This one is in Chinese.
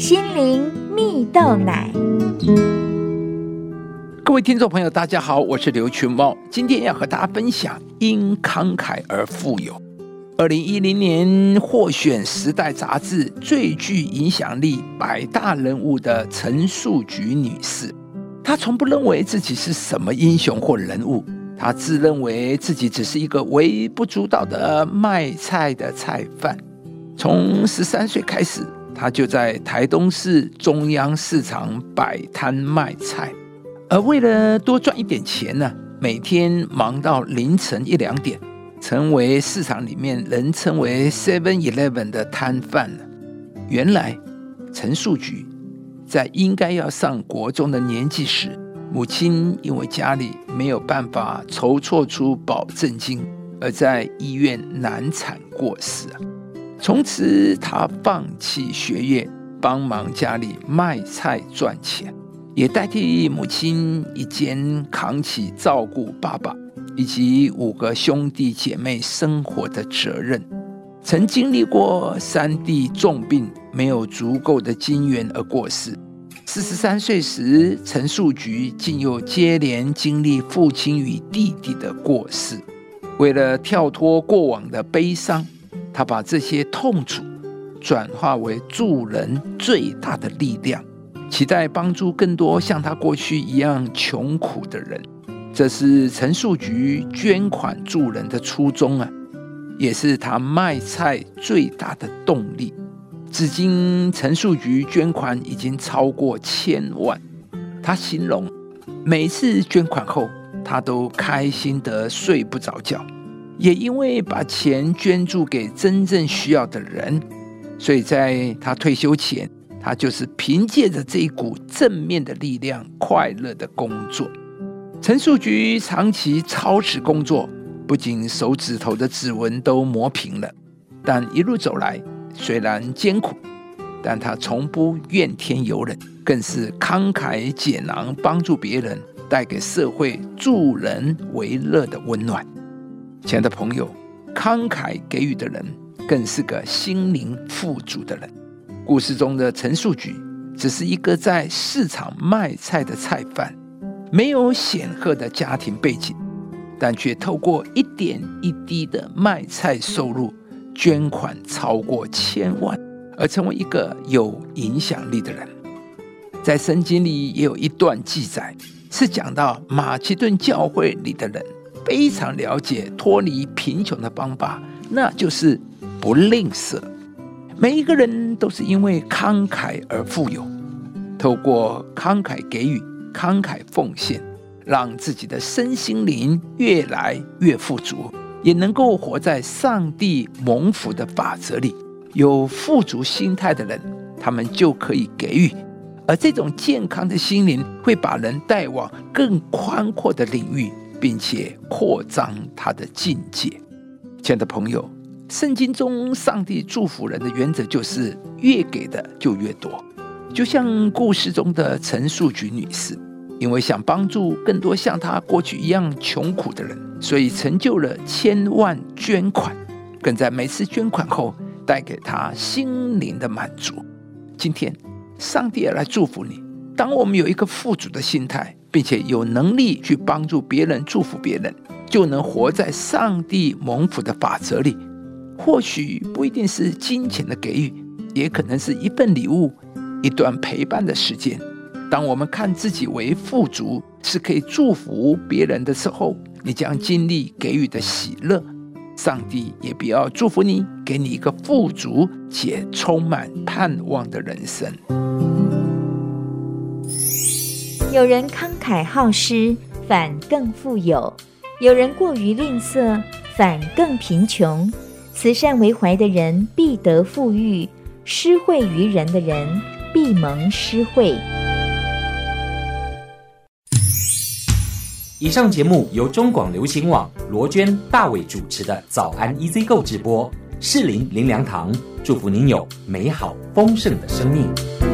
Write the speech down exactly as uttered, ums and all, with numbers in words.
心灵蜜豆奶。 各位听众朋友大家好，我是刘群茂，今天要和大家分享因慷慨而富有。二零一零年获选时代杂志最具影响力百大人物的陈树菊女士，她从不认为自己是什么英雄或人物，她自认为自己只是一个微不足道的卖菜的菜贩。从十三岁开始，她就在台东市中央市场摆摊卖菜，而为了多赚一点钱呢，每天忙到凌晨一两点，成为市场里面人称为 seven eleven 的摊贩了。原来陈树菊在应该要上国中的年纪时，母亲因为家里没有办法筹措出保证金，而在医院难产过世。从此他放弃学业，帮忙家里卖菜赚钱，也代替母亲一肩扛起照顾爸爸以及五个兄弟姐妹生活的责任。曾经历过三弟重病，没有足够的金源而过世。四十三岁时，陈树菊竟又接连经历父亲与弟弟的过世。为了跳脱过往的悲伤，他把这些痛楚转化为助人最大的力量，期待帮助更多像他过去一样穷苦的人。这是陈树菊捐款助人的初衷啊，也是他卖菜最大的动力。至今陈树菊捐款已经超过千万。他形容每次捐款后，他都开心得睡不着觉，也因为把钱捐助给真正需要的人，所以在他退休前，他就是凭借着这一股正面的力量快乐的工作。陈树菊长期超时工作，不仅手指头的指纹都磨平了，但一路走来虽然艰苦，但他从不怨天尤人，更是慷慨解囊，帮助别人，带给社会助人为乐的温暖。亲爱的朋友，慷慨给予的人更是个心灵富足的人。故事中的陈树菊只是一个在市场卖菜的菜贩，没有显赫的家庭背景，但却透过一点一滴的卖菜收入，捐款超过千万，而成为一个有影响力的人。在圣经里也有一段记载，是讲到马其顿教会里的人非常了解脱离贫穷的方法，那就是不吝啬。每一个人都是因为慷慨而富有，透过慷慨给予、慷慨奉献，让自己的身心灵越来越富足，也能够活在上帝蒙福的法则里。有富足心态的人，他们就可以给予，而这种健康的心灵会把人带往更宽阔的领域，并且扩张他的境界。亲爱的朋友，圣经中上帝祝福人的原则就是越给的就越多。就像故事中的陈树菊女士，因为想帮助更多像她过去一样穷苦的人，所以成就了千万捐款，更在每次捐款后带给她心灵的满足。今天上帝也来祝福你，当我们有一个富足的心态，并且有能力去帮助别人、祝福别人，就能活在上帝蒙福的法则里。或许不一定是金钱的给予，也可能是一份礼物，一段陪伴的时间。当我们看自己为富足，是可以祝福别人的时候，你将经历给予的喜乐。上帝也必要祝福你，给你一个富足且充满盼望的人生。 有人慷慨好施，反更富有；有人过于吝啬，反更贫穷。慈善为怀的人必得富裕，施惠于人的人必蒙施惠。 以上节目由中广流行网罗娟、大伟主持的早安 E Z Go 直播，士林林良堂祝福您有美好丰盛的生命。